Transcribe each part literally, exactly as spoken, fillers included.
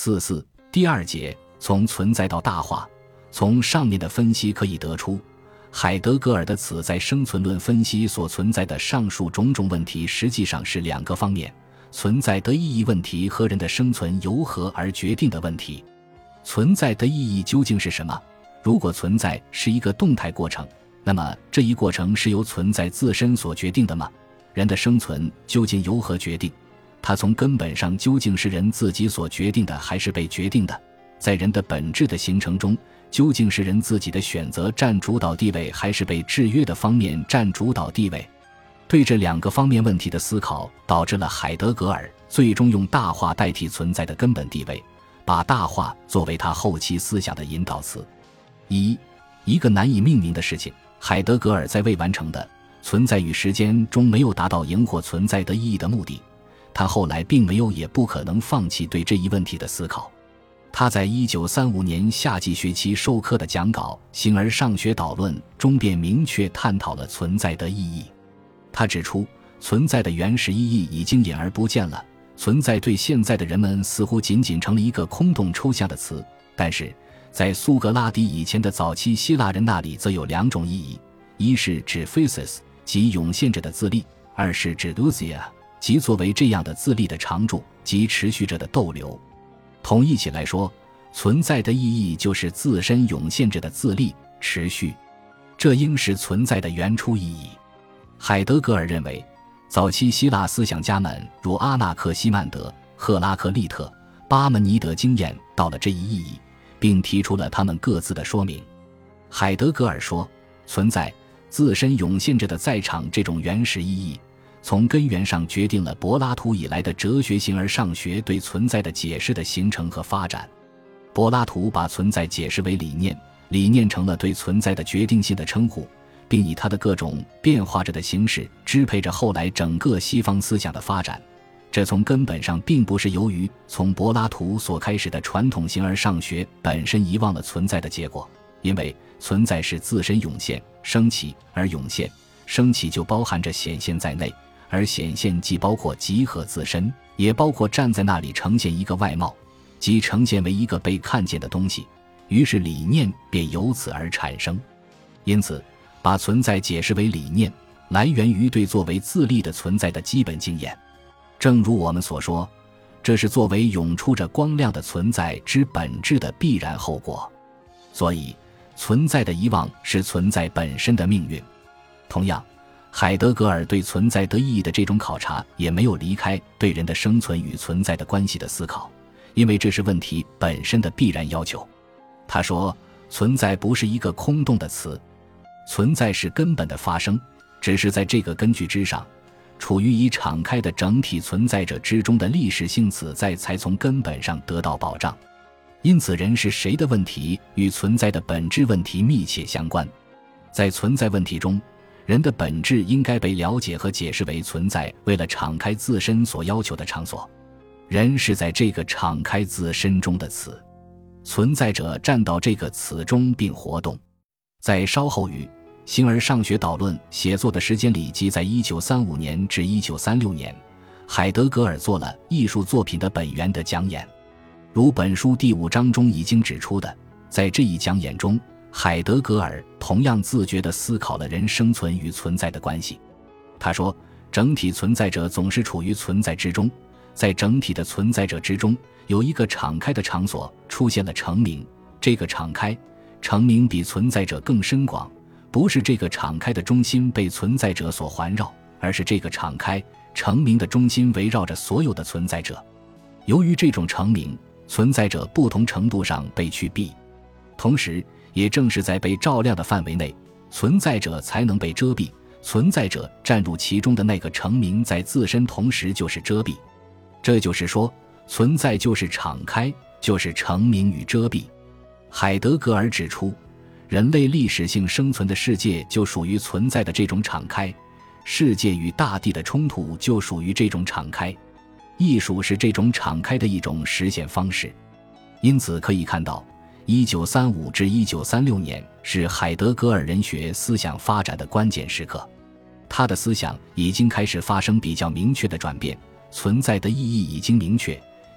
四四第二节，从存在到大化。从上面的分析可以得出，海德格尔的此在生存论分析所存在的上述种种问题实际上是两个方面：存在的意义问题和人的生存由何而决定的问题。存在的意义究竟是什么？如果存在是一个动态过程，那么这一过程是由存在自身所决定的吗？人的生存究竟由何决定？它从根本上究竟是人自己所决定的还是被决定的？在人的本质的形成中，究竟是人自己的选择占主导地位还是被制约的方面占主导地位？对这两个方面问题的思考导致了海德格尔最终用大化代替存在的根本地位，把大化作为他后期思想的引导词。一一个难以命名的事情，海德格尔在未完成的存在与时间中没有达到赢获存在的意义的目的，他后来并没有也不可能放弃对这一问题的思考。他在一九三五年夏季学期授课的讲稿《形而上学导论》中便明确探讨了存在的意义。他指出，存在的原始意义已经隐而不见了，存在对现在的人们似乎仅仅成了一个空洞抽象的词，但是在苏格拉底以前的早期希腊人那里则有两种意义，一是指 physis 即涌现着的自力，二是指 ousia 即作为这样的自力的常驻即持续着的逗留。统一起来说，存在的意义就是自身涌现着的自力持续，这应是存在的原初意义。海德格尔认为，早期希腊思想家们如阿纳克西曼德、赫拉克利特、巴门尼德经验到了这一意义，并提出了他们各自的说明。海德格尔说，存在自身涌现着的在场这种原始意义，从根源上决定了柏拉图以来的哲学形而上学对存在的解释的形成和发展。柏拉图把存在解释为理念，理念成了对存在的决定性的称呼，并以它的各种变化着的形式支配着后来整个西方思想的发展。这从根本上并不是由于从柏拉图所开始的传统形而上学本身遗忘了存在的结果，因为存在是自身涌现、升起，而涌现、升起就包含着显现在内，而显现既包括集合自身，也包括站在那里呈现一个外貌，即呈现为一个被看见的东西，于是理念便由此而产生。因此把存在解释为理念，来源于对作为自力的存在的基本经验。正如我们所说，这是作为涌出着光亮的存在之本质的必然后果。所以存在的遗忘是存在本身的命运。同样，海德格尔对存在的意义的这种考察也没有离开对人的生存与存在的关系的思考，因为这是问题本身的必然要求。他说，存在不是一个空洞的词，存在是根本的发生，只是在这个根据之上，处于已敞开的整体存在者之中的历史性此在才从根本上得到保障。因此人是谁的问题与存在的本质问题密切相关。在存在问题中，人的本质应该被了解和解释为存在为了敞开自身所要求的场所，人是在这个敞开自身中的词，存在者站到这个词中并活动。在稍后于形而上学导论写作的时间里，即在一九三五年至一九三六年，海德格尔做了艺术作品的本源的讲演。如本书第五章中已经指出的，在这一讲演中，海德格尔同样自觉地思考了人生存与存在的关系。他说，整体存在者总是处于存在之中，在整体的存在者之中，有一个敞开的场所出现了成名。这个敞开成名比存在者更深广，不是这个敞开的中心被存在者所环绕，而是这个敞开成名的中心围绕着所有的存在者。由于这种成名，存在者不同程度上被去蔽，同时也正是在被照亮的范围内，存在者才能被遮蔽。存在者站入其中的那个成名在自身同时就是遮蔽。这就是说，存在就是敞开，就是成名与遮蔽。海德格尔指出，人类历史性生存的世界就属于存在的这种敞开，世界与大地的冲突就属于这种敞开，艺术是这种敞开的一种实现方式。因此可以看到，一九三五至一九三六年是海德格尔人学思想发展的关键时刻，他的思想已经开始发生比较明确的转变，存在的意义已经明确，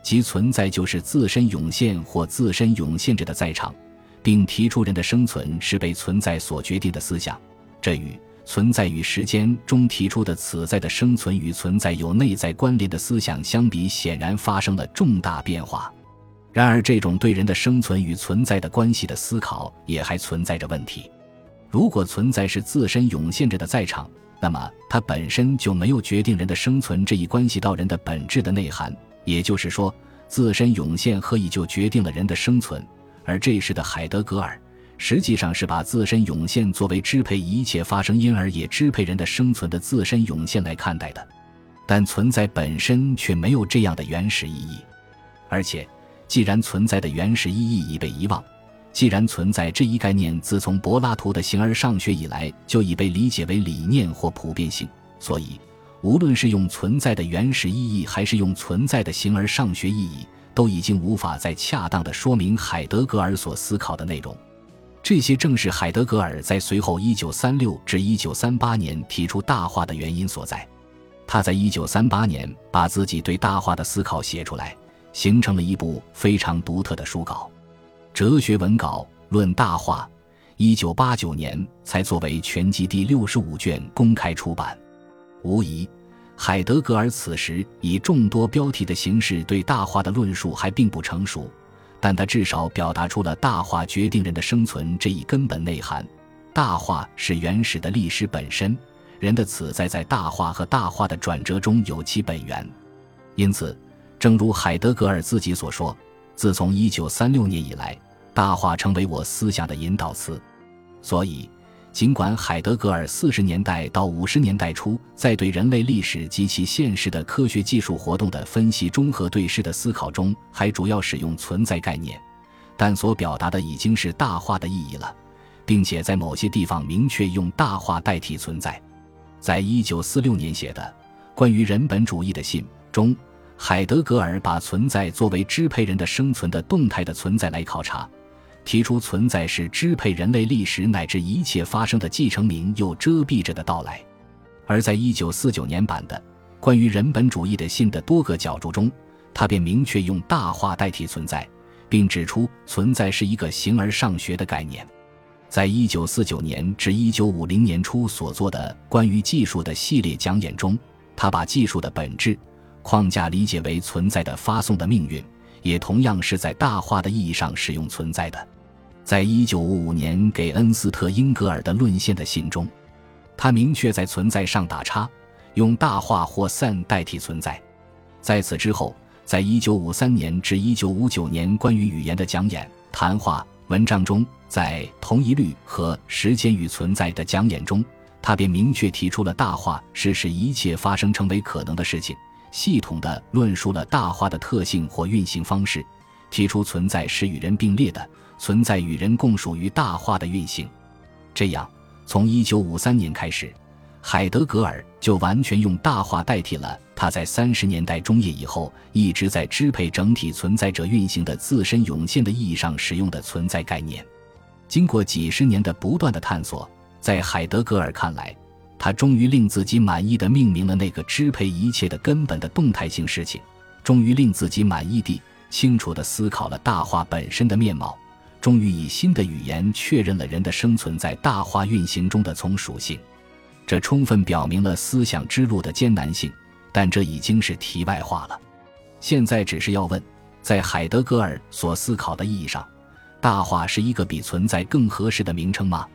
即存在就是自身涌现或自身涌现着的在场，并提出人的生存是被存在所决定的思想。这与存在与时间中提出的此在的生存与存在有内在关联的思想相比，显然发生了重大变化。然而，这种对人的生存与存在的关系的思考也还存在着问题。如果存在是自身涌现着的在场，那么它本身就没有决定人的生存这一关系到人的本质的内涵，也就是说，自身涌现何以就决定了人的生存。而这时的海德格尔实际上是把自身涌现作为支配一切发生因而也支配人的生存的自身涌现来看待的，但存在本身却没有这样的原始意义。而且既然存在的原始意义已被遗忘，既然存在这一概念自从柏拉图的形而上学以来就已被理解为理念或普遍性，所以无论是用存在的原始意义还是用存在的形而上学意义，都已经无法再恰当地说明海德格尔所思考的内容。这些正是海德格尔在随后一九三六至一九三八年提出大话的原因所在。他在一九三八年把自己对大话的思考写出来，形成了一部非常独特的书稿《哲学文稿论大话》，一九八九年才作为全集第六十五卷公开出版。无疑，海德格尔此时以众多标题的形式对大话的论述还并不成熟，但他至少表达出了大话决定人的生存这一根本内涵。大话是原始的历史本身，人的此在在大话和大话的转折中有其本源。因此，正如海德格尔自己所说，自从一九三六年以来，大话成为我思想的引导词。所以尽管海德格尔四十年代到五十年代初在对人类历史及其现实的科学技术活动的分析中和对诗的思考中还主要使用存在概念，但所表达的已经是大话的意义了，并且在某些地方明确用大话代替存在。在一九四六年写的关于人本主义的信中，海德格尔把存在作为支配人的生存的动态的存在来考察，提出存在是支配人类历史乃至一切发生的继承名又遮蔽着的到来。而在一九四九年版的关于人本主义的信的多个角注中，他便明确用大话代替存在，并指出存在是一个形而上学的概念。在一九四九年至一九五零年初所做的关于技术的系列讲演中，他把技术的本质框架理解为存在的发送的命运，也同样是在大话的意义上使用存在的。在一九五五年给恩斯特·英格尔的论宪的信中，他明确在存在上打叉，用大话或散代替存在。在此之后，在一九五三年至一九五九年关于语言的讲演、谈话、文章中，在同一律和时间与存在的讲演中，他便明确提出了大话是使一切发生成为可能的事情，系统地论述了大话的特性或运行方式，提出存在是与人并列的，存在与人共属于大话的运行。这样，从一九五三年开始，海德格尔就完全用大话代替了他在三十年代中叶以后一直在支配整体存在者运行的自身涌现的意义上使用的存在概念。经过几十年的不断的探索，在海德格尔看来，他终于令自己满意地命名了那个支配一切的根本的动态性事情，终于令自己满意地清楚地思考了大话本身的面貌，终于以新的语言确认了人的生存在大话运行中的从属性。这充分表明了思想之路的艰难性，但这已经是题外话了。现在只是要问，在海德格尔所思考的意义上，大话是一个比存在更合适的名称吗？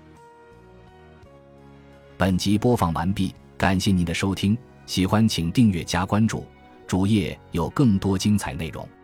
本集播放完毕，感谢您的收听，喜欢请订阅加关注，主页有更多精彩内容。